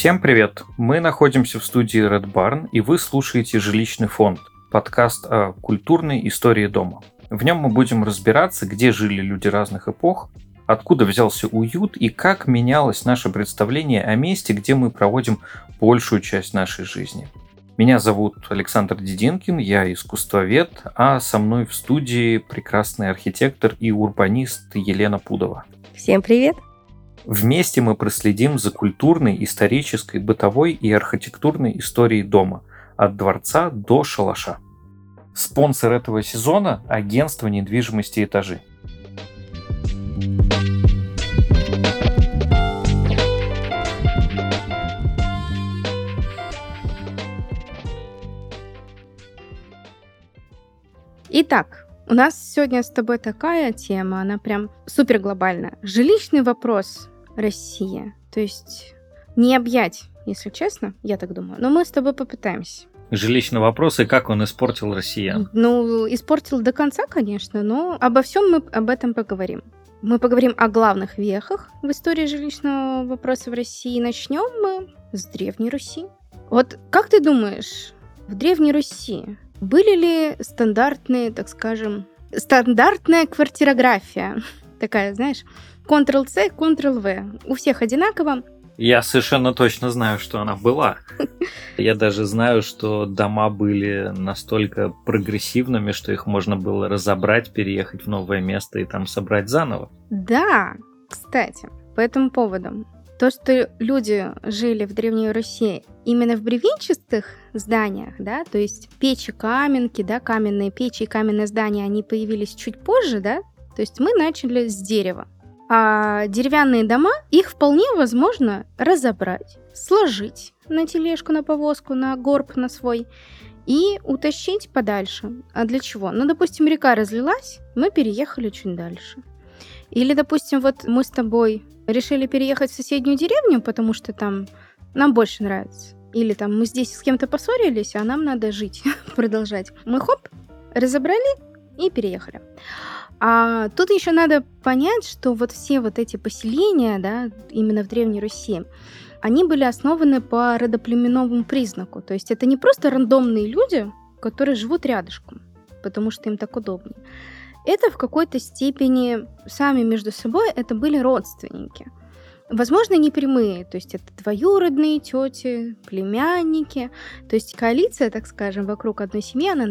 Всем привет! Мы находимся в студии Red Barn, и вы слушаете «Жилищный фонд» – подкаст о культурной истории дома. В нем мы будем разбираться, где жили люди разных эпох, откуда взялся уют и как менялось наше представление о месте, где мы проводим большую часть нашей жизни. Меня зовут Александр Дединкин, я искусствовед, а со мной в студии прекрасный архитектор и урбанист Елена Пудова. Всем привет! Вместе мы проследим за культурной, исторической, бытовой и архитектурной историей дома, от дворца до шалаша. Спонсор этого сезона – агентство недвижимости «Этажи». Итак, у нас сегодня с тобой такая тема, она прям супер глобальная. Жилищный вопрос России. То есть не объять, если честно, я так думаю. Но мы с тобой попытаемся. Жилищный вопрос и как он испортил россиян. Испортил до конца, конечно, но обо всем мы об этом поговорим. Мы поговорим о главных вехах в истории жилищного вопроса в России. Начнем мы с Древней Руси. Вот как ты думаешь, в Древней Руси были ли стандартные, так скажем, стандартная квартирография? Такая, знаешь, Ctrl-C, Ctrl-V. У всех одинаково. Я совершенно точно знаю, что она была. Я даже знаю, что дома были настолько прогрессивными, что их можно было разобрать, переехать в новое место и там собрать заново. Да, кстати, по этому поводу. То, что люди жили в Древней Руси именно в бревенчатых зданиях, да, то есть печи-каменки, да, каменные печи и каменные здания, они появились чуть позже, да, то есть мы начали с дерева. А деревянные дома, их вполне возможно разобрать, сложить на тележку, на повозку, на горб, на свой и утащить подальше. А для чего? Ну, допустим, река разлилась, мы переехали чуть дальше. Или, допустим, вот мы с тобой решили переехать в соседнюю деревню, потому что там нам больше нравится. Или там мы здесь с кем-то поссорились, а нам надо жить, продолжать. Мы хоп, разобрали и переехали. А тут еще надо понять, что вот все вот эти поселения, да, именно в Древней Руси, они были основаны по родоплеменному признаку. То есть это не просто рандомные люди, которые живут рядышком, потому что им так удобнее. Это в какой-то степени сами между собой это были родственники. Возможно, не прямые, то есть это двоюродные тети, племянники. То есть коалиция, так скажем, вокруг одной семьи, она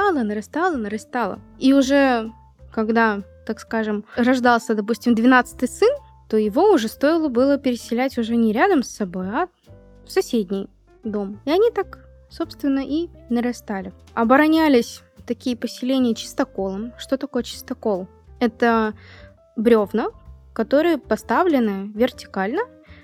нарастала. И уже когда, так скажем, рождался, допустим, 12-й сын, то его уже стоило было переселять уже не рядом с собой, а в соседний дом. И они так, собственно, и нарастали. Оборонялись такие поселения чистоколом. Что такое чистокол? Это бревна, которые поставлены вертикально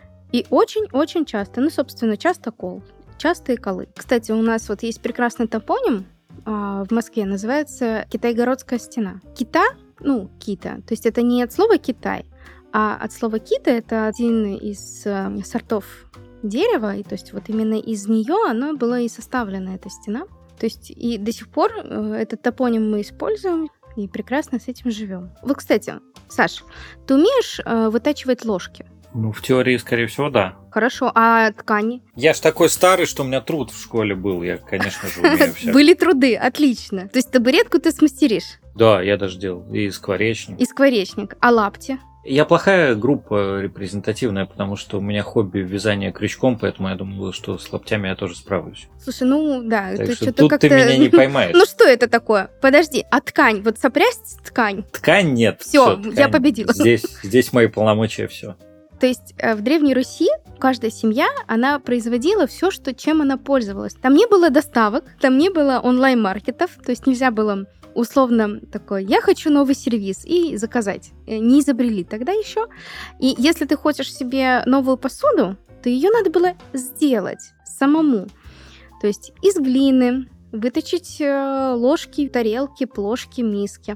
и очень-очень часто. Ну, собственно, частокол. Частые колы. Кстати, у нас вот есть прекрасный топоним в Москве, называется Китайгородская стена. Кита, кита, то есть это не от слова Китай, а от слова кита это один из сортов дерева, и то есть вот именно из нее она была и составлена, эта стена. То есть и до сих пор этот топоним мы используем и прекрасно с этим живем. Вот, кстати, Саш, ты умеешь вытачивать ложки? Ну, в теории, скорее всего, да. Хорошо, а ткани? Я ж такой старый, что у меня труд в школе был. Я, конечно же, умею все. Были труды, отлично. То есть табуретку ты смастеришь? Да, я даже делал. И скворечник. И скворечник. А лапти? Я плохая группа репрезентативная, потому что у меня хобби вязание крючком, поэтому я думала, что с лаптями я тоже справлюсь. Слушай, да, так ты что что-то тут как-то... ты меня не поймаешь. Ну что это такое? Подожди, а ткань? Вот сопрясть ткань? Ткань нет. Все, я победила. Здесь мои полномочия, все. То есть в Древней Руси каждая семья, она производила все, чем она пользовалась. Там не было доставок, там не было онлайн-маркетов, то есть нельзя было условно такое, я хочу новый сервис и заказать. Не изобрели тогда еще. И если ты хочешь себе новую посуду, то ее надо было сделать самому. То есть из глины выточить ложки, тарелки, плошки, миски.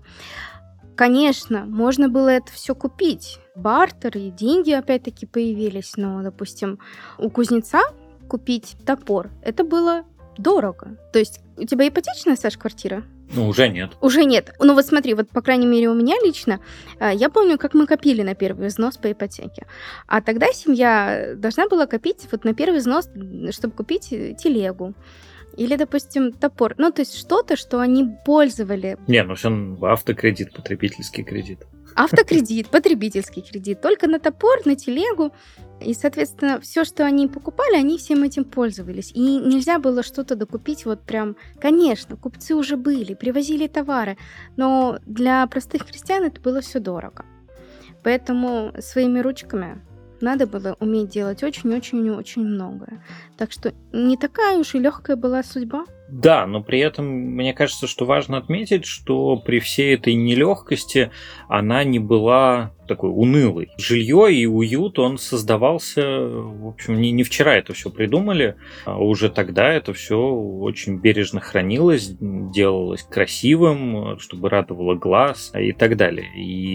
Конечно, можно было это все купить. Бартер и деньги опять-таки появились. Но, допустим, у кузнеца купить топор, это было дорого. То есть у тебя ипотечная, Саш, квартира? Ну, уже нет. Уже нет. Ну вот смотри, вот по крайней мере у меня лично, я помню, как мы копили на первый взнос по ипотеке. А тогда семья должна была копить вот на первый взнос, чтобы купить телегу. Или, допустим, топор. Ну, то есть что-то, что они пользовали. Не, ну все автокредит, потребительский кредит. Автокредит, потребительский кредит. Только на топор, на телегу. И, соответственно, все, что они покупали, они всем этим пользовались. И нельзя было что-то докупить вот прям... Конечно, купцы уже были, привозили товары, но для простых крестьян это было все дорого. Поэтому своими ручками надо было уметь делать очень-очень-очень многое. Так что не такая уж и легкая была судьба. Да, но при этом мне кажется, что важно отметить, что при всей этой нелегкости она не была такой унылой. Жилье и уют, он создавался, в общем, не вчера это все придумали, а уже тогда это все очень бережно хранилось, делалось красивым, чтобы радовало глаз и так далее.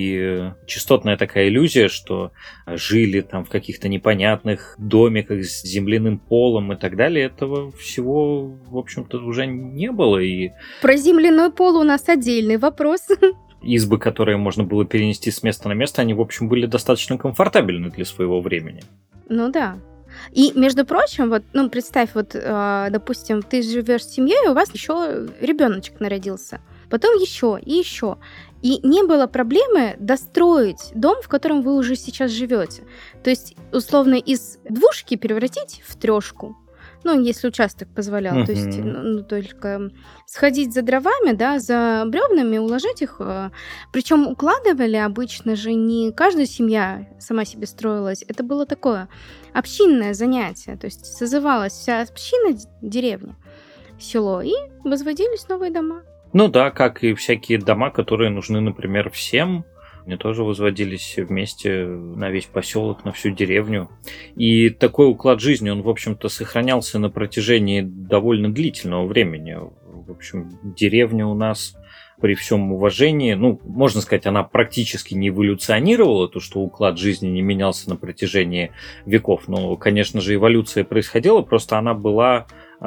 И частотная такая иллюзия, что жили там в каких-то непонятных домиках с земляным полом и так далее, этого всего, в общем-то, уже не было. И про земляной пол у нас отдельный вопрос. Избы, которые можно было перенести с места на место, они, в общем, были достаточно комфортабельны для своего времени. Ну да. И, между прочим, вот, ну, представь, вот, допустим, ты живешь с семьей, у вас еще ребеночек народился. Потом еще и еще. И не было проблемы достроить дом, в котором вы уже сейчас живете. То есть, условно, из двушки превратить в трешку. Ну, если участок позволял, то есть только сходить за дровами, да, за бревнами, уложить их. Причем укладывали обычно же не каждая семья сама себе строилась. Это было такое общинное занятие. То есть созывалась вся община деревни, село, и возводились новые дома. Ну да, как и всякие дома, которые нужны, например, всем. Они тоже возводились вместе на весь поселок, на всю деревню. И такой уклад жизни, он, в общем-то, сохранялся на протяжении довольно длительного времени. В общем, деревня у нас, при всем уважении, ну, можно сказать, она практически не эволюционировала, то, что уклад жизни не менялся на протяжении веков. Но, конечно же, эволюция происходила, просто она была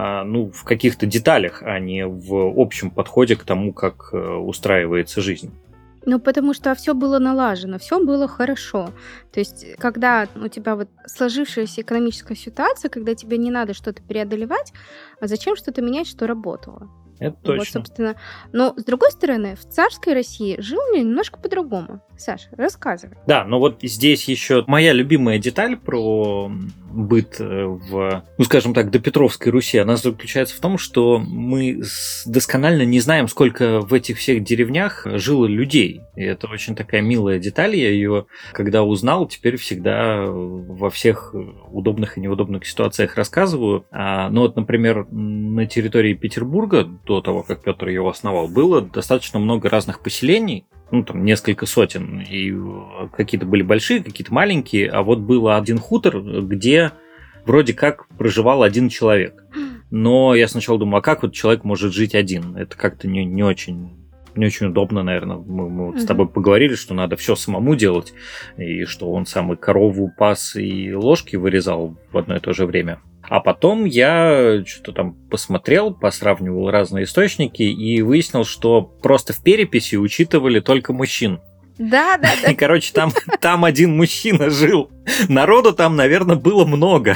в каких-то деталях, а не в общем подходе к тому, как устраивается жизнь. Ну, потому что все было налажено, все было хорошо. То есть, когда у тебя вот сложившаяся экономическая ситуация, когда тебе не надо что-то преодолевать, а зачем что-то менять, что работало? Это точно. Вот, собственно. Но, с другой стороны, в царской России жили немножко по-другому. Саша, рассказывай. Да, но вот здесь еще моя любимая деталь про быт в, скажем так, допетровской Руси, она заключается в том, что мы досконально не знаем, сколько в этих всех деревнях жило людей. И это очень такая милая деталь. Я ее, когда узнал, теперь всегда во всех удобных и неудобных ситуациях рассказываю. Ну вот, например, на территории Петербурга, до того, как Петр его основал, было достаточно много разных поселений, там несколько сотен, и какие-то были большие, какие-то маленькие, а вот был один хутор, где вроде как проживал один человек. Но я сначала думал, а как вот человек может жить один? Это как-то не очень удобно, наверное. Мы вот с тобой поговорили, что надо все самому делать, и что он сам и корову пас, и ложки вырезал в одно и то же время. А потом я что-то там посмотрел, посравнивал разные источники и выяснил, что просто в переписи учитывали только мужчин. Да. И, короче, там один мужчина жил. Народу там, наверное, было много.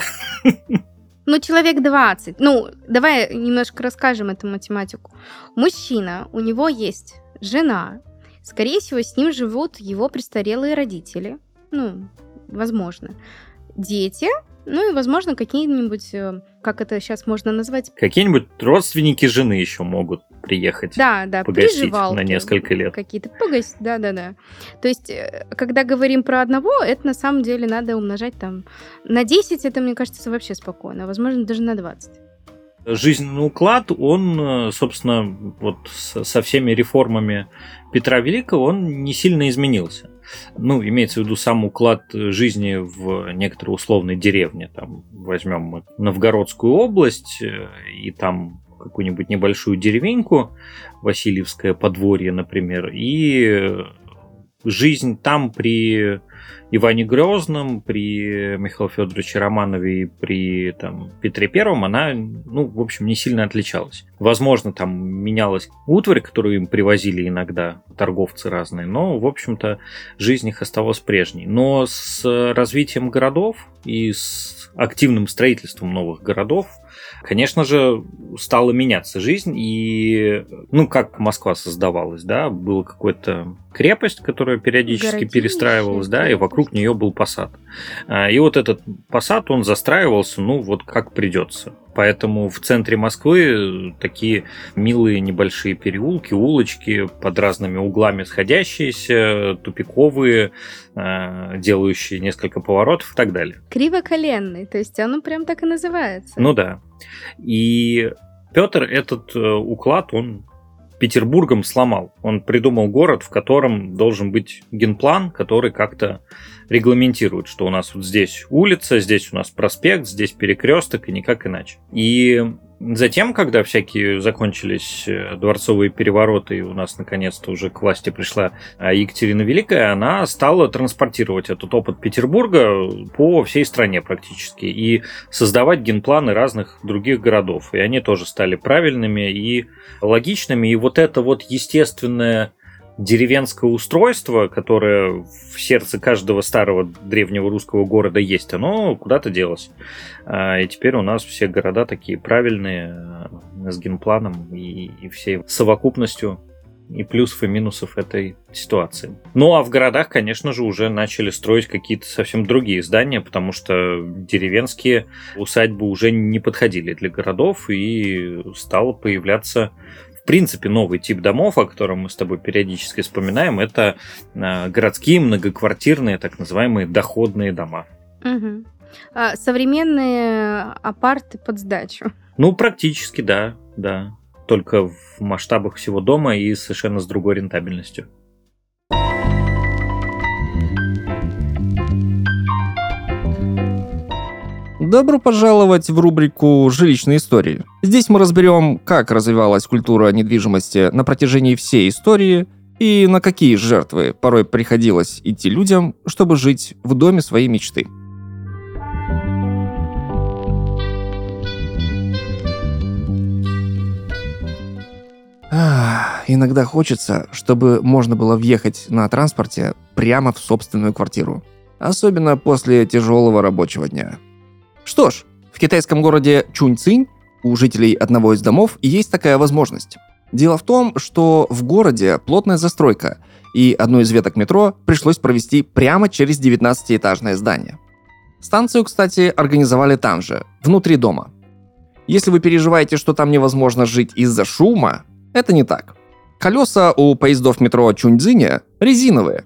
Ну, человек 20. Ну, давай немножко расскажем эту математику. Мужчина, у него есть жена. Скорее всего, с ним живут его престарелые родители. Ну, возможно. Дети. Ну и, возможно, какие-нибудь, как это сейчас можно назвать? Какие-нибудь родственники жены еще могут приехать. Да, погостить приживалки на несколько лет. Какие-то погостить, да. То есть, когда говорим про одного, это на самом деле надо умножать там на 10, это, мне кажется, вообще спокойно, возможно, даже на 20. Жизненный уклад, он, собственно, вот со всеми реформами Петра Великого, он не сильно изменился. Имеется в виду сам уклад жизни в некоторой условной деревне. Там возьмем мы Новгородскую область и там какую-нибудь небольшую деревеньку, Васильевское подворье, например, и жизнь там при Иване Грозном, при Михаиле Федоровиче Романове и при Петре Первом, она, в общем, не сильно отличалась. Возможно, там менялась утварь, которую им привозили иногда торговцы разные, но, в общем-то, жизнь их оставалась прежней. Но с развитием городов и с активным строительством новых городов, конечно же, стала меняться жизнь. И, как Москва создавалась, да, была какая-то крепость, которая периодически Городище, перестраивалась, да, и крепость. вокруг нее был посад. И вот этот посад, он застраивался, как придется. Поэтому в центре Москвы такие милые небольшие переулки, улочки под разными углами сходящиеся, тупиковые, делающие несколько поворотов и так далее. Кривоколенный, то есть оно прям так и называется. Ну да. И Петр этот уклад, он Петербургом сломал. Он придумал город, в котором должен быть генплан, который как-то регламентирует, что у нас вот здесь улица, здесь у нас проспект, здесь перекресток и никак иначе. И затем, когда всякие закончились дворцовые перевороты, и у нас наконец-то уже к власти пришла Екатерина Великая, она стала транспортировать этот опыт Петербурга по всей стране практически и создавать генпланы разных других городов. И они тоже стали правильными и логичными. И вот это вот естественное деревенское устройство, которое в сердце каждого старого древнего русского города есть, оно куда-то делось. И теперь у нас все города такие правильные, с генпланом и всей совокупностью и плюсов и минусов этой ситуации. Ну а в городах, конечно же, уже начали строить какие-то совсем другие здания, потому что деревенские усадьбы уже не подходили для городов, и стало появляться в принципе новый тип домов, о котором мы с тобой периодически вспоминаем. Это городские многоквартирные, так называемые доходные дома. Угу. Современные апарты под сдачу. Ну, практически, да. Только в масштабах всего дома и совершенно с другой рентабельностью. Добро пожаловать в рубрику «Жилищные истории». Здесь мы разберем, как развивалась культура недвижимости на протяжении всей истории и на какие жертвы порой приходилось идти людям, чтобы жить в доме своей мечты. Иногда хочется, чтобы можно было въехать на транспорте прямо в собственную квартиру. Особенно после тяжелого рабочего дня. Что ж, в китайском городе Чуньцинь у жителей одного из домов есть такая возможность. Дело в том, что в городе плотная застройка, и одну из веток метро пришлось провести прямо через 19-этажное здание. Станцию, кстати, организовали там же, внутри дома. Если вы переживаете, что там невозможно жить из-за шума, это не так. Колеса у поездов метро Чуньцзиня резиновые,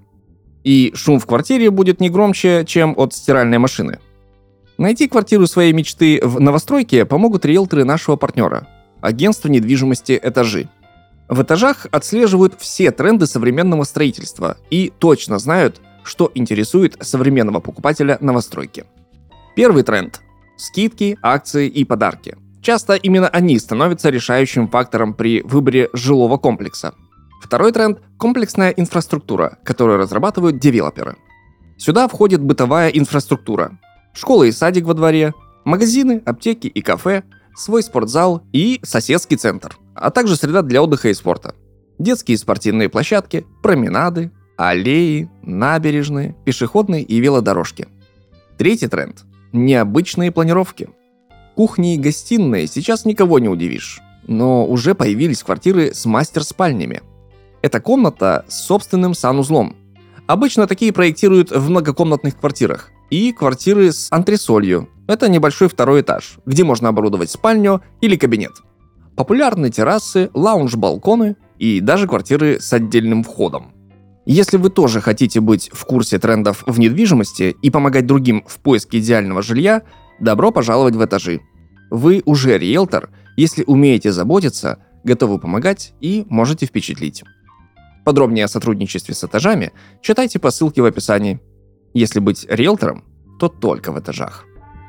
и шум в квартире будет не громче, чем от стиральной машины. Найти квартиру своей мечты в новостройке помогут риэлторы нашего партнера – агентство недвижимости «Этажи». В «Этажах» отслеживают все тренды современного строительства и точно знают, что интересует современного покупателя новостройки. Первый тренд – скидки, акции и подарки. Часто именно они становятся решающим фактором при выборе жилого комплекса. Второй тренд – комплексная инфраструктура, которую разрабатывают девелоперы. Сюда входит бытовая инфраструктура. Школа и садик во дворе, магазины, аптеки и кафе, свой спортзал и соседский центр, а также среда для отдыха и спорта. Детские спортивные площадки, променады, аллеи, набережные, пешеходные и велодорожки. Третий тренд – необычные планировки. Кухни и гостиные сейчас никого не удивишь, но уже появились квартиры с мастер-спальнями. Это комната с собственным санузлом. Обычно такие проектируют в многокомнатных квартирах. И квартиры с антресолью. Это небольшой второй этаж, где можно оборудовать спальню или кабинет. Популярны террасы, лаунж-балконы и даже квартиры с отдельным входом. Если вы тоже хотите быть в курсе трендов в недвижимости и помогать другим в поиске идеального жилья, добро пожаловать в «Этажи». Вы уже риэлтор, если умеете заботиться, готовы помогать и можете впечатлить. Подробнее о сотрудничестве с «Этажами» читайте по ссылке в описании. Если быть риэлтором, то только в «Этажах».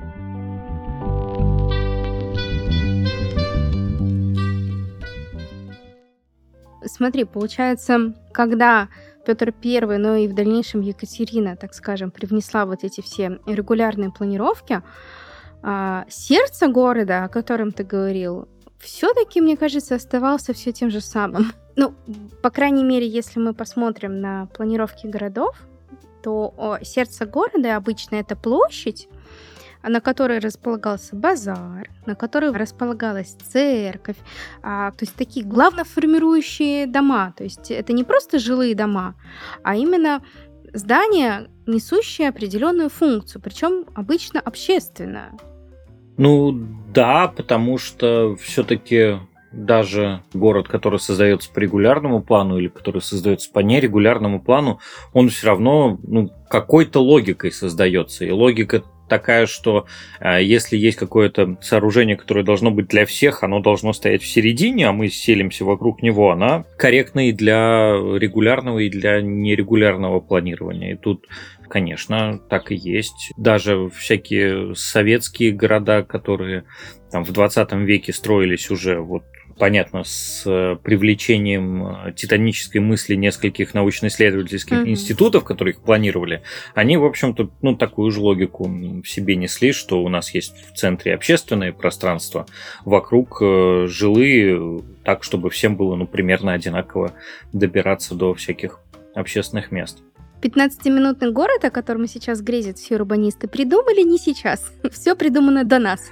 Смотри, получается, когда Петр I, но и в дальнейшем Екатерина, так скажем, привнесла вот эти все регулярные планировки, сердце города, о котором ты говорил, все-таки, мне кажется, оставался все тем же самым. Ну, по крайней мере, если мы посмотрим на планировки городов, то сердце города обычно это площадь, на которой располагался базар, на которой располагалась церковь, то есть такие главноформирующие дома. То есть это не просто жилые дома, а именно здания, несущие определенную функцию, причем обычно общественную. Ну да, потому что все-таки даже город, который создается по регулярному плану или который создается по нерегулярному плану, он все равно какой-то логикой создается. И логика такая, что если есть какое-то сооружение, которое должно быть для всех, оно должно стоять в середине, а мы селимся вокруг него, она корректна и для регулярного, и для нерегулярного планирования. И тут, конечно, так и есть. Даже всякие советские города, которые там в 20 веке строились уже понятно, с привлечением титанической мысли нескольких научно-исследовательских институтов, которые их планировали, они, в общем-то, такую же логику в себе несли, что у нас есть в центре общественное пространство, вокруг жилые, так, чтобы всем было, примерно одинаково добираться до всяких общественных мест. 15-минутный город, о котором сейчас грезят все урбанисты, придумали не сейчас. Все придумано до нас.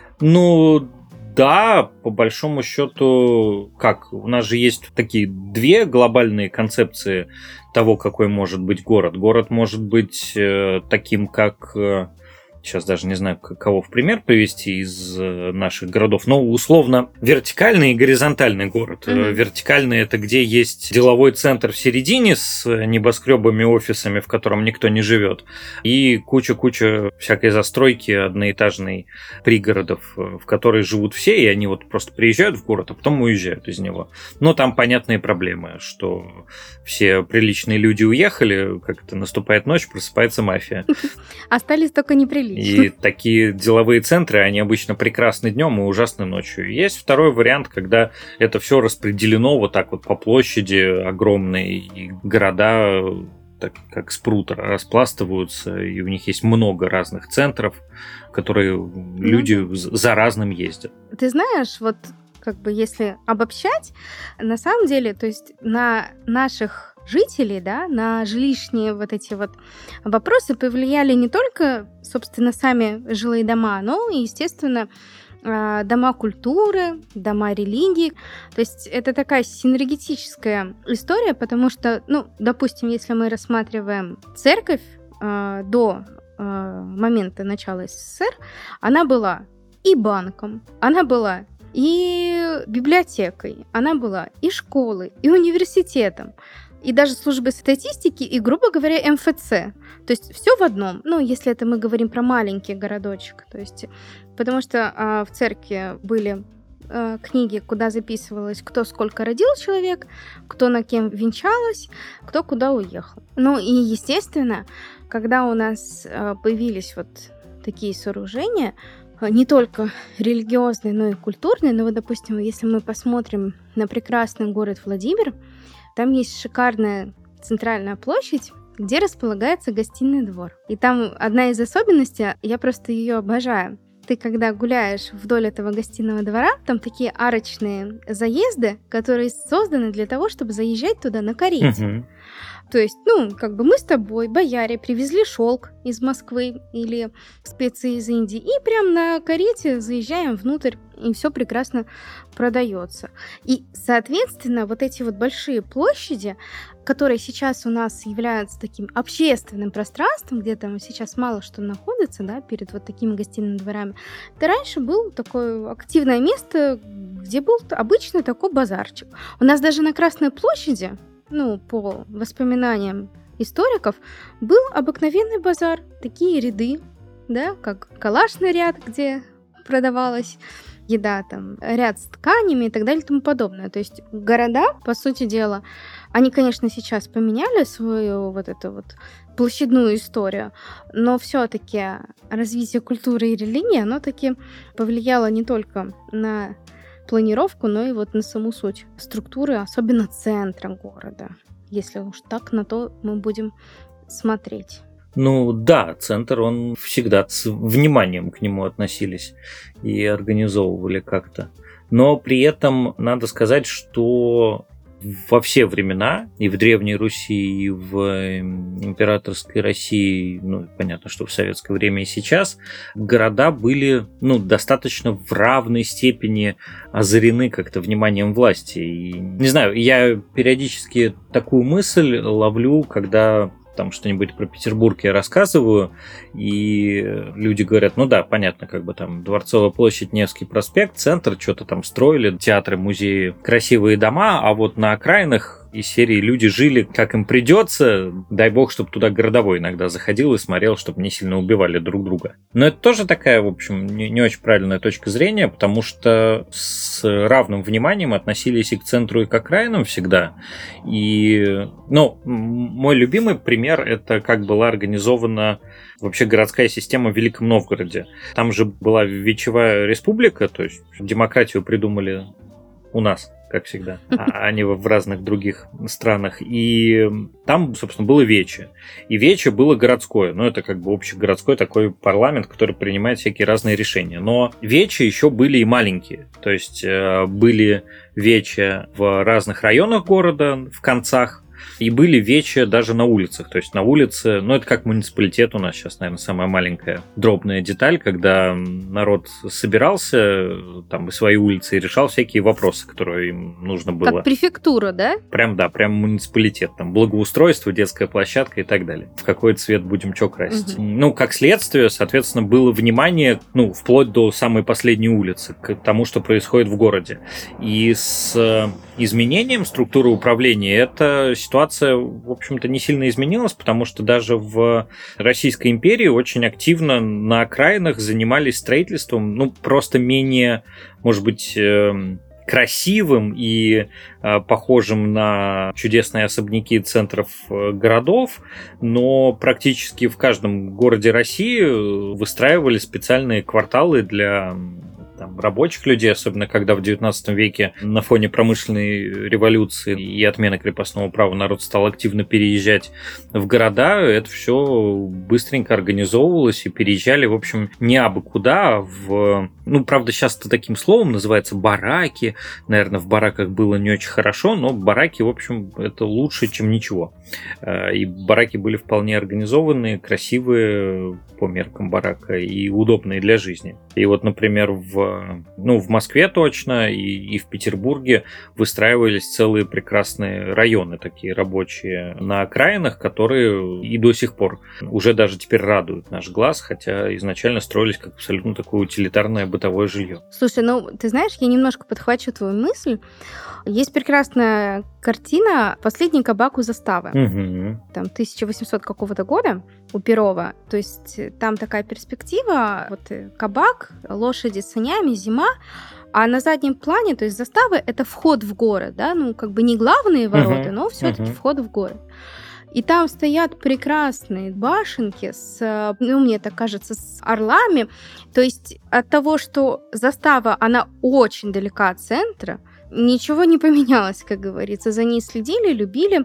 Да, по большому счету, у нас же есть такие две глобальные концепции того, какой может быть город. Город может быть таким, как... Сейчас даже не знаю, кого в пример привести из наших городов, но условно вертикальный и горизонтальный город. Вертикальный – это где есть деловой центр в середине с небоскребами, офисами, в котором никто не живет, и куча всякой застройки одноэтажной пригородов, в которой живут все, и они просто приезжают в город, а потом уезжают из него. Но там понятные проблемы, что все приличные люди уехали, как-то наступает ночь, просыпается мафия. Остались только неприличные. И такие деловые центры, они обычно прекрасны днем и ужасны ночью. Есть второй вариант, когда это все распределено по площади огромной, и города так как спрут распластываются, и у них есть много разных центров, в которые люди за разным ездят. Ты знаешь, если обобщать, на самом деле, то есть на наших жителей, да, на жилищные эти вопросы повлияли не только, собственно, сами жилые дома, но и, естественно, дома культуры, дома религии. То есть это такая синергетическая история, потому что, допустим, если мы рассматриваем церковь до момента начала СССР, она была и банком, она была и библиотекой, она была и школой, и университетом, и даже службой статистики, и, грубо говоря, МФЦ. То есть все в одном. Если это мы говорим про маленький городочек. То есть, потому что в церкви были книги, куда записывалось, кто сколько родил человек, кто на кем венчалась, кто куда уехал. И, естественно, когда у нас появились такие сооружения, не только религиозные, но и культурные. Допустим, если мы посмотрим на прекрасный город Владимир, там есть шикарная центральная площадь, где располагается гостиный двор. И там одна из особенностей, я просто ее обожаю. Ты, когда гуляешь вдоль этого гостиного двора, там такие арочные заезды, которые созданы для того, чтобы заезжать туда на карете. То есть, мы с тобой, бояре, привезли шелк из Москвы или специи из Индии, и прям на карете заезжаем внутрь, и все прекрасно продается. И, соответственно, эти большие площади, которые сейчас у нас являются таким общественным пространством, где там сейчас мало что находится, да, перед такими гостиными дворами, это раньше было такое активное место, где был обычный такой базарчик. У нас даже на Красной площади, по воспоминаниям историков, был обыкновенный базар. Такие ряды, да, как калашный ряд, где продавалась еда, там, ряд с тканями и так далее и тому подобное. То есть города, по сути дела, они, конечно, сейчас поменяли свою площадную историю, но все-таки развитие культуры и религии, оно таки повлияло не только на планировку, но и на саму суть структуры, особенно центра города, если уж так на то мы будем смотреть. Да, центр, он всегда с вниманием к нему относились и организовывали как-то. Но при этом надо сказать, что во все времена, и в Древней Руси, и в императорской России, ну, понятно, что в советское время и сейчас, города были, ну, достаточно в равной степени озарены как-то вниманием власти. И, не знаю, я периодически такую мысль ловлю, когда там что-нибудь про Петербург я рассказываю, и люди говорят, ну да, понятно, как бы там Дворцовая площадь, Невский проспект, центр, что-то там строили, театры, музеи, красивые дома, а вот на окраинах из серии люди жили, как им придется, дай бог, чтобы туда городовой иногда заходил и смотрел, чтобы не сильно убивали друг друга. Но это тоже такая, в общем, не очень правильная точка зрения, потому что с равным вниманием относились и к центру, и к окраинам всегда. И, ну, мой любимый пример — это как была организована вообще городская система в Великом Новгороде. Там же была Вечевая республика, то есть демократию придумали у нас, как всегда, а не в разных других странах. И там, собственно, было Вече. И Вече было городское. Ну, это как бы общегородской такой парламент, который принимает всякие разные решения. Но Вече еще были и маленькие. То есть были Вече в разных районах города, в концах, и были вече даже на улицах. То есть на улице, ну это как муниципалитет у нас сейчас, наверное, самая маленькая дробная деталь, когда народ собирался там и свои улицы и решал всякие вопросы, которые им нужно было. Как префектура, да? Прям, да, прям муниципалитет. Там благоустройство, детская площадка и так далее. В какой цвет будем что красить. Угу. Ну, как следствие, соответственно, было внимание, ну, вплоть до самой последней улицы, к тому, что происходит в городе. И с изменением структуры управления эта ситуация, в общем-то, не сильно изменилась, потому что даже в Российской империи очень активно на окраинах занимались строительством, ну, просто менее, может быть, красивым и похожим на чудесные особняки центров городов, но практически в каждом городе России выстраивали специальные кварталы для там, рабочих людей, особенно когда в 19 веке на фоне промышленной революции и отмены крепостного права народ стал активно переезжать в города, это все быстренько организовывалось и переезжали, в общем, не абы куда, а в... Ну, правда, сейчас это таким словом называется бараки. Наверное, в бараках было не очень хорошо, но бараки, в общем, это лучше, чем ничего. И бараки были вполне организованные, красивые по меркам барака и удобные для жизни. И вот, например, в Москве точно и в Петербурге выстраивались целые прекрасные районы, такие рабочие на окраинах, которые и до сих пор уже даже теперь радуют наш глаз, хотя изначально строились как абсолютно такое утилитарное бытовое жилье. Слушай, ну, ты знаешь, я немножко подхвачу твою мысль. Есть прекрасная картина «Последний кабак у заставы». Угу. Там 1800 какого-то года у Перова. То есть там такая перспектива, вот кабак, лошади с санями, зима, а на заднем плане, то есть заставы, это вход в город, да, ну, как бы не главные ворота, но все-таки вход в город. И там стоят прекрасные башенки с, ну, мне так кажется, с орлами. То есть от того, что застава, она очень далека от центра, ничего не поменялось, как говорится. За ней следили, любили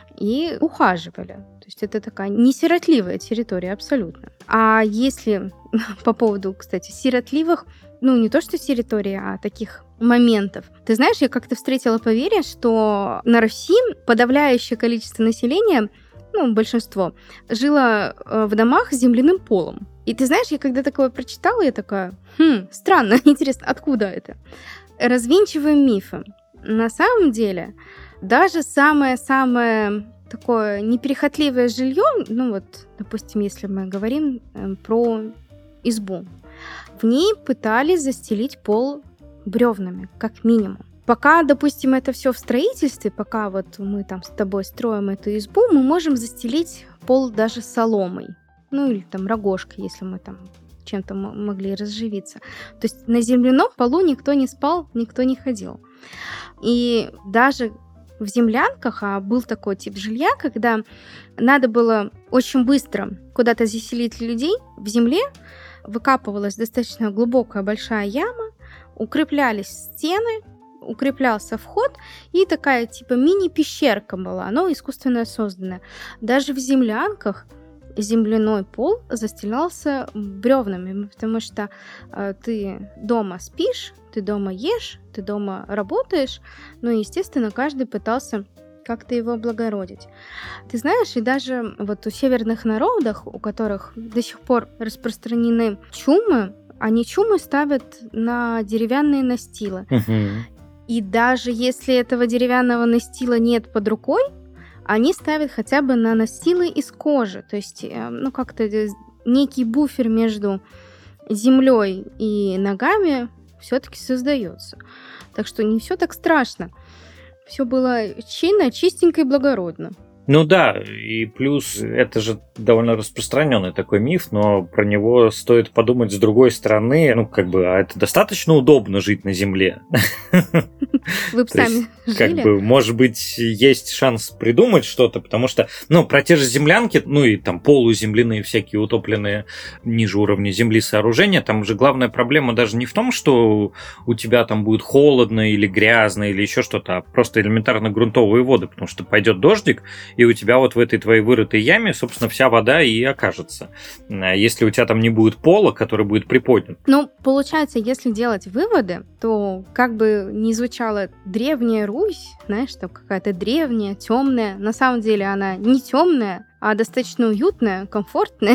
и ухаживали. То есть это такая несиротливая территория абсолютно. А если по поводу, кстати, сиротливых, ну, не то что территории, а таких моментов. Ты знаешь, я как-то встретила поверье, что на Руси подавляющее количество населения, ну, большинство, жило в домах с земляным полом. И ты знаешь, я когда такое прочитала, я такая, странно, интересно, откуда это? Развенчиваем мифы. На самом деле, даже самое-самое такое неприхотливое жилье, ну вот, допустим, если мы говорим про избу, в ней пытались застелить пол бревнами, как минимум. Пока, допустим, это все в строительстве, пока вот мы там с тобой строим эту избу, мы можем застелить пол даже соломой. Ну или там рогожкой, если мы там чем-то могли разживиться. То есть на земляном полу никто не спал, никто не ходил. И даже в землянках, а был такой тип жилья, когда надо было очень быстро куда-то заселить людей, в земле выкапывалась достаточно глубокая большая яма, укреплялись стены, укреплялся вход, и такая типа мини-пещерка была, но искусственно созданная. Даже в землянках земляной пол застилался бревнами, потому что ты дома спишь, ты дома ешь, ты дома работаешь, ну и, естественно, каждый пытался как-то его облагородить. Ты знаешь, и даже вот у северных народов, у которых до сих пор распространены чумы, они чумы ставят на деревянные настилы. И даже если этого деревянного настила нет под рукой, они ставят хотя бы на настилы из кожи. То есть, ну, как-то некий буфер между землей и ногами все-таки создается. Так что не все так страшно. Все было чинно, чистенько и благородно. Ну да, и плюс это же довольно распространенный такой миф, но про него стоит подумать с другой стороны. Ну, как бы, а это достаточно удобно жить на Земле. Вы бы сами жили? Как бы, может быть, есть шанс придумать что-то, потому что, ну, про те же землянки, ну и там полуземляные всякие утопленные ниже уровня земли сооружения, там же главная проблема даже не в том, что у тебя там будет холодно или грязно или еще что-то, а просто элементарно грунтовые воды, потому что пойдет дождик, и у тебя вот в этой твоей вырытой яме, собственно, вся вода и окажется. Если у тебя там не будет пола, который будет приподнят. Ну, получается, если делать выводы, то как бы не звучала древняя Русь, знаешь, там какая-то древняя, темная. На самом деле она не темная, а достаточно уютная, комфортная,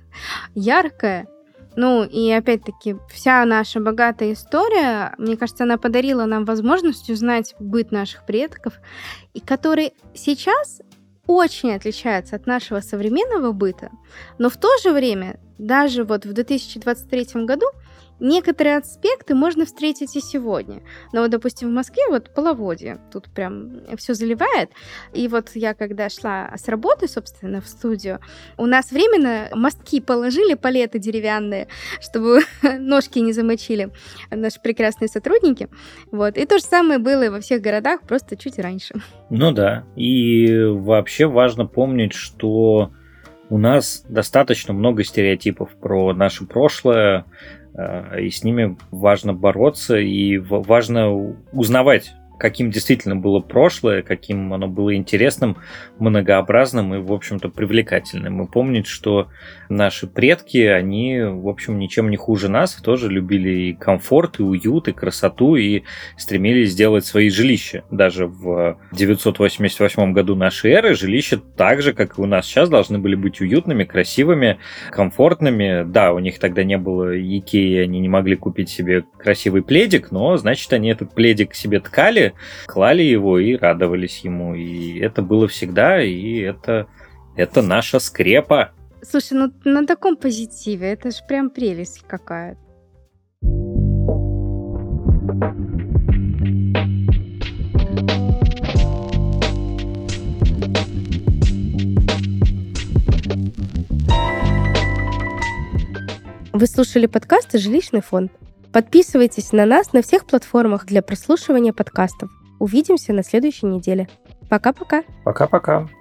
яркая. Ну, и опять-таки, вся наша богатая история, мне кажется, она подарила нам возможность узнать быт наших предков, и который сейчас очень отличается от нашего современного быта, но в то же время, даже вот в 2023 году, некоторые аспекты можно встретить и сегодня. Но вот, допустим, в Москве вот половодье, тут прям все заливает. И вот я, когда шла с работы, собственно, в студию, у нас временно мостки положили, палеты деревянные, чтобы ножки не замочили наши прекрасные сотрудники. Вот. И то же самое было и во всех городах, просто чуть раньше. Ну да. И вообще важно помнить, что у нас достаточно много стереотипов про наше прошлое, и с ними важно бороться, и важно узнавать, каким действительно было прошлое, каким оно было интересным, многообразным и, в общем-то, привлекательным. И помнить, что наши предки, они, в общем, ничем не хуже нас, тоже любили и комфорт, и уют, и красоту, и стремились сделать свои жилища. Даже в 988 году нашей эры жилища так же, как и у нас сейчас, должны были быть уютными, красивыми, комфортными. Да, у них тогда не было Икеи, они не могли купить себе красивый пледик, но, значит, они этот пледик себе ткали, клали его и радовались ему. И это было всегда, и это наша скрепа. Слушай, ну на таком позитиве, это же прям прелесть какая-то. Вы слушали подкасты «Жилищный фонд». Подписывайтесь на нас на всех платформах для прослушивания подкастов. Увидимся на следующей неделе. Пока-пока. Пока-пока.